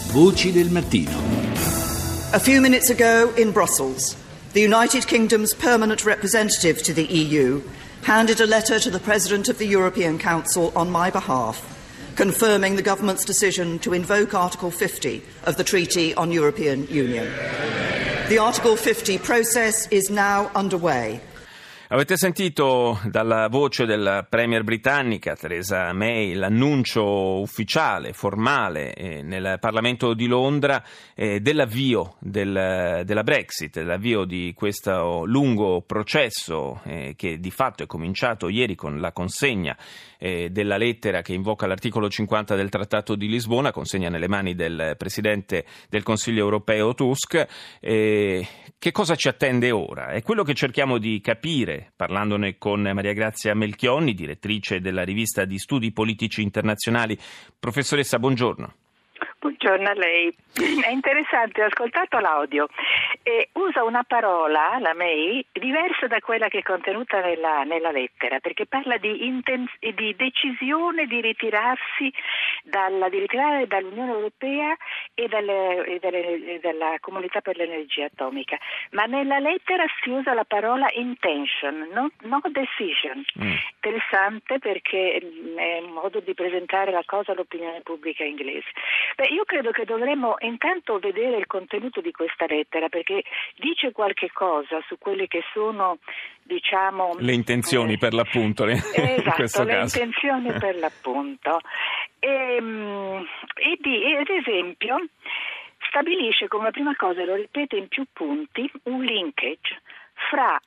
Voci del mattino. A few minutes ago in Brussels, the United Kingdom's permanent representative to the EU handed a letter to the President of the European Council on my behalf, confirming the government's decision to invoke Article 50 of the Treaty on European Union. The Article 50 process is now underway. Avete sentito dalla voce della Premier britannica Theresa May l'annuncio ufficiale, formale, nel Parlamento di Londra dell'avvio della Brexit, dell'avvio di questo lungo processo che di fatto è cominciato ieri con la consegna della lettera che invoca l'articolo 50 del Trattato di Lisbona, consegna nelle mani del Presidente del Consiglio europeo Tusk. Che cosa ci attende ora? È quello che cerchiamo di capire parlandone con Maria Grazia Melchionni, direttrice della rivista di studi politici internazionali. Professoressa, buongiorno. Buongiorno a lei. È interessante, ho ascoltato l'audio e usa una parola, la May, diversa da quella che è contenuta nella lettera, perché parla di decisione di ritirarsi dall'Unione Europea e dalla Comunità per l'Energia Atomica, ma nella lettera si usa la parola intention, no decision. Interessante perché è un modo di presentare la cosa all'opinione pubblica inglese. Io credo che dovremmo intanto vedere il contenuto di questa lettera, perché dice qualche cosa su quelle che sono, diciamo, le intenzioni per l'appunto, esatto, in questo le caso. intenzioni per l'appunto. Ad esempio stabilisce come prima cosa, lo ripete in più punti, un linkage fra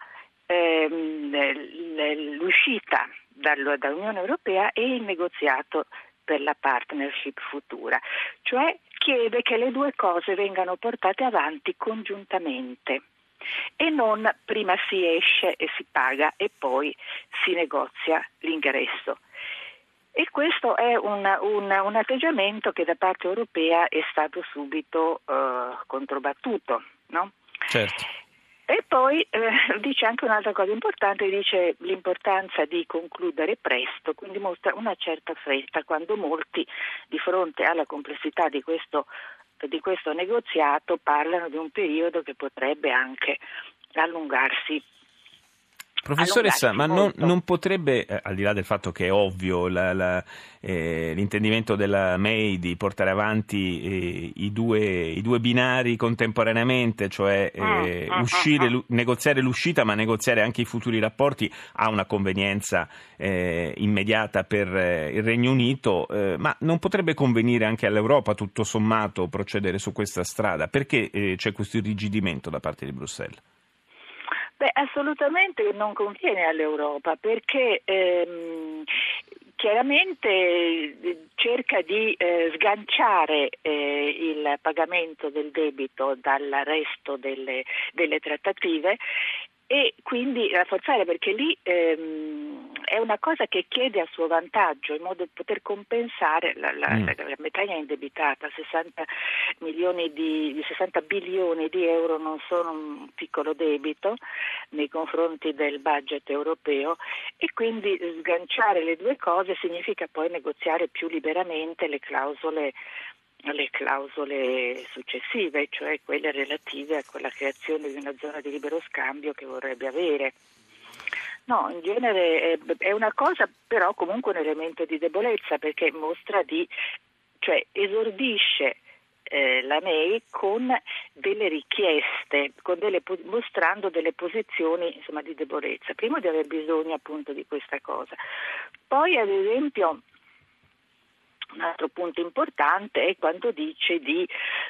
l'uscita dall'Unione Europea e il negoziato per la partnership futura, cioè chiede che le due cose vengano portate avanti congiuntamente e non prima si esce e si paga e poi si negozia l'ingresso. E questo è un atteggiamento che da parte europea è stato subito controbattuto, no? Certo. E poi dice anche un'altra cosa importante, dice l'importanza di concludere presto, quindi mostra una certa fretta quando molti di fronte alla complessità di questo negoziato parlano di un periodo che potrebbe anche allungarsi. Professoressa, ma non potrebbe, al di là del fatto che è ovvio l'intendimento della May di portare avanti i due binari contemporaneamente, cioè negoziare l'uscita ma negoziare anche i futuri rapporti, ha una convenienza immediata per il Regno Unito, ma non potrebbe convenire anche all'Europa tutto sommato procedere su questa strada? Perché c'è questo irrigidimento da parte di Bruxelles? Assolutamente non conviene all'Europa perché chiaramente cerca di sganciare il pagamento del debito dal resto delle trattative e quindi rafforzare, perché lì è una cosa che chiede a suo vantaggio in modo da poter compensare la Bretagna è indebitata, 60 bilioni di euro non sono un piccolo debito nei confronti del budget europeo e quindi sganciare le due cose significa poi negoziare più liberamente le clausole successive, cioè quelle relative a quella creazione di una zona di libero scambio che vorrebbe avere. No, in genere è una cosa, però comunque un elemento di debolezza, perché mostra cioè esordisce la May con delle richieste, mostrando delle posizioni insomma di debolezza. Prima di aver bisogno appunto di questa cosa. Poi ad esempio un altro punto importante è quando dice di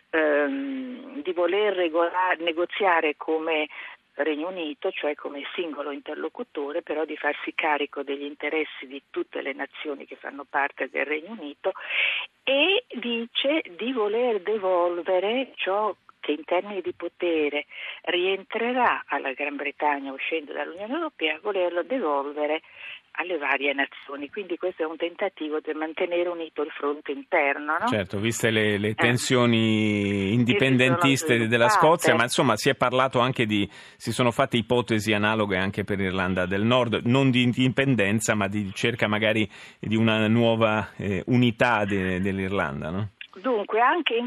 voler negoziare come Regno Unito, cioè come singolo interlocutore, però di farsi carico degli interessi di tutte le nazioni che fanno parte del Regno Unito, e dice di voler devolvere ciò che in termini di potere rientrerà alla Gran Bretagna uscendo dall'Unione Europea, volerlo devolvere alle varie nazioni. Quindi questo è un tentativo di mantenere unito il fronte interno, no? Certo, viste le tensioni indipendentiste della Scozia, ma insomma si è parlato anche si sono fatte ipotesi analoghe anche per l'Irlanda del Nord, non di indipendenza ma di ricerca magari di una nuova unità dell'Irlanda, no? Dunque,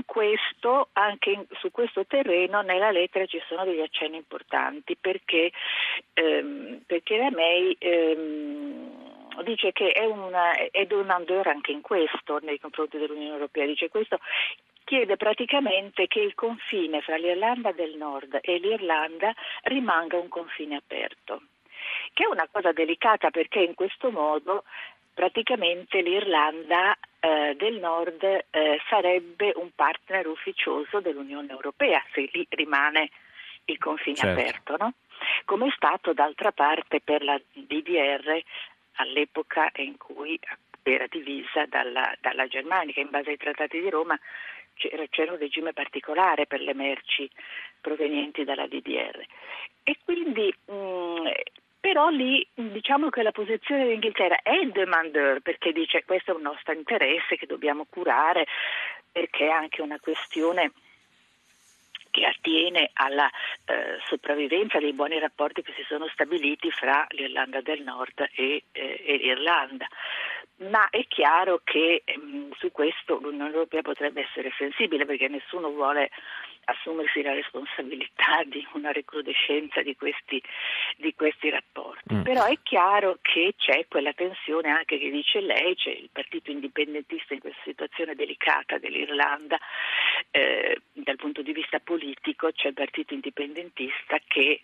su questo terreno nella lettera ci sono degli accenni importanti perché la May dice che è un andeur anche in questo nei confronti dell'Unione Europea. Dice questo, chiede praticamente che il confine fra l'Irlanda del Nord e l'Irlanda rimanga un confine aperto, che è una cosa delicata perché in questo modo praticamente l'Irlanda del Nord sarebbe un partner ufficioso dell'Unione Europea se lì rimane il confine aperto, no? Come è stato d'altra parte per la DDR all'epoca in cui era divisa dalla Germania, che in base ai trattati di Roma c'era un regime particolare per le merci provenienti dalla DDR. E quindi però lì diciamo che la posizione dell'Inghilterra è il demandeur, perché dice questo è un nostro interesse che dobbiamo curare, perché è anche una questione che attiene alla sopravvivenza dei buoni rapporti che si sono stabiliti fra l'Irlanda del Nord e l'Irlanda. Ma è chiaro che su questo l'Unione Europea potrebbe essere sensibile, perché nessuno vuole assumersi la responsabilità di una recrudescenza di questi rapporti. Però è chiaro che c'è quella tensione anche che dice lei, c'è il partito indipendentista in questa situazione delicata dell'Irlanda dal punto di vista politico, c'è il partito indipendentista che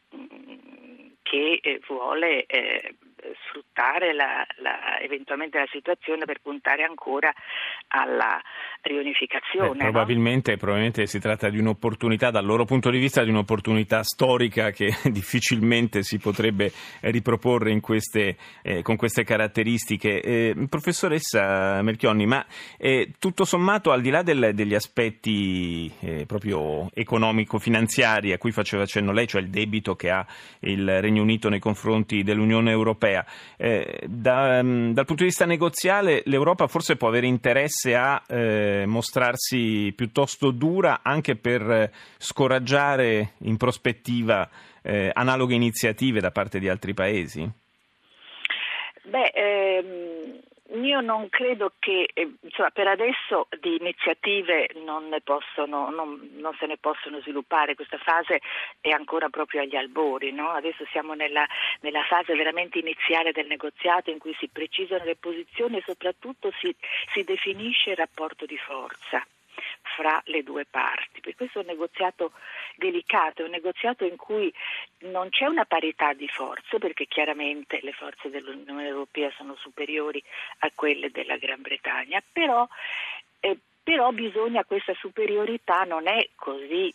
vuole sfruttare eventualmente la situazione per puntare ancora alla riunificazione. Probabilmente si tratta di un'opportunità, dal loro punto di vista, di un'opportunità storica che difficilmente si potrebbe riproporre con queste caratteristiche. Professoressa Melchionni, ma tutto sommato, al di là degli aspetti proprio economico-finanziari a cui faceva cenno lei, cioè il debito che ha il Regno Unito nei confronti dell'Unione Europea, dal punto di vista negoziale l'Europa forse può avere interesse a mostrarsi piuttosto dura anche per scoraggiare in prospettiva analoghe iniziative da parte di altri paesi? Io non credo che, per adesso di iniziative non se ne possono sviluppare. Questa fase è ancora proprio agli albori, no? Adesso siamo nella fase veramente iniziale del negoziato in cui si precisano le posizioni e soprattutto si definisce il rapporto di forza fra le due parti, perché questo è un negoziato delicato, è un negoziato in cui non c'è una parità di forze, perché chiaramente le forze dell'Unione Europea sono superiori a quelle della Gran Bretagna, però bisogna, questa superiorità non è così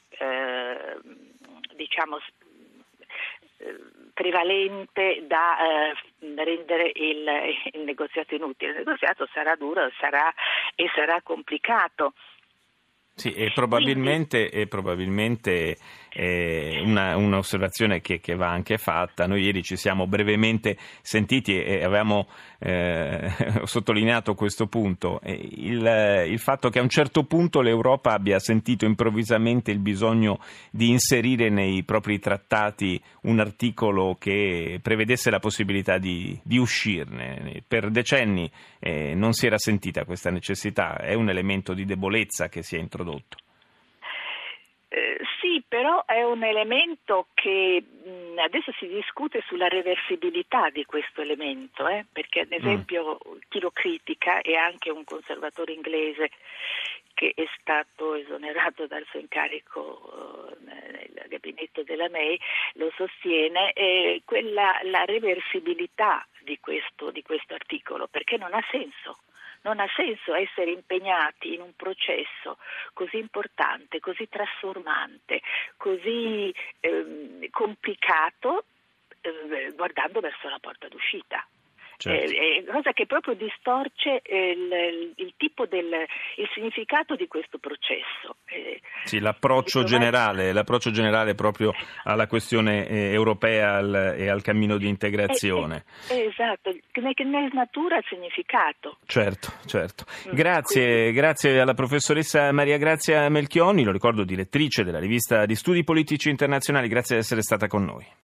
prevalente da rendere il negoziato inutile. Il negoziato sarà duro sarà complicato. Sì, e probabilmente un'osservazione che va anche fatta. Noi ieri ci siamo brevemente sentiti e avevamo sottolineato questo punto, il fatto che a un certo punto l'Europa abbia sentito improvvisamente il bisogno di inserire nei propri trattati un articolo che prevedesse la possibilità di uscirne. Per decenni non si era sentita questa necessità, è un elemento di debolezza che si è introdotto. Sì, però è un elemento che adesso si discute sulla reversibilità di questo elemento, perché ad esempio chi lo critica è anche un conservatore inglese che è stato esonerato dal suo incarico nel gabinetto della May, lo sostiene, la reversibilità di questo articolo, perché non ha senso. Non ha senso essere impegnati in un processo così importante, così trasformante, così complicato, guardando verso la porta d'uscita. Certo. Cosa che proprio distorce il significato di questo processo. Sì, l'approccio generale proprio alla questione europea e al cammino di integrazione. Esatto, che ne snatura il significato. Certo. Grazie alla professoressa Maria Grazia Melchionni, lo ricordo, direttrice della rivista di studi politici internazionali, grazie di essere stata con noi.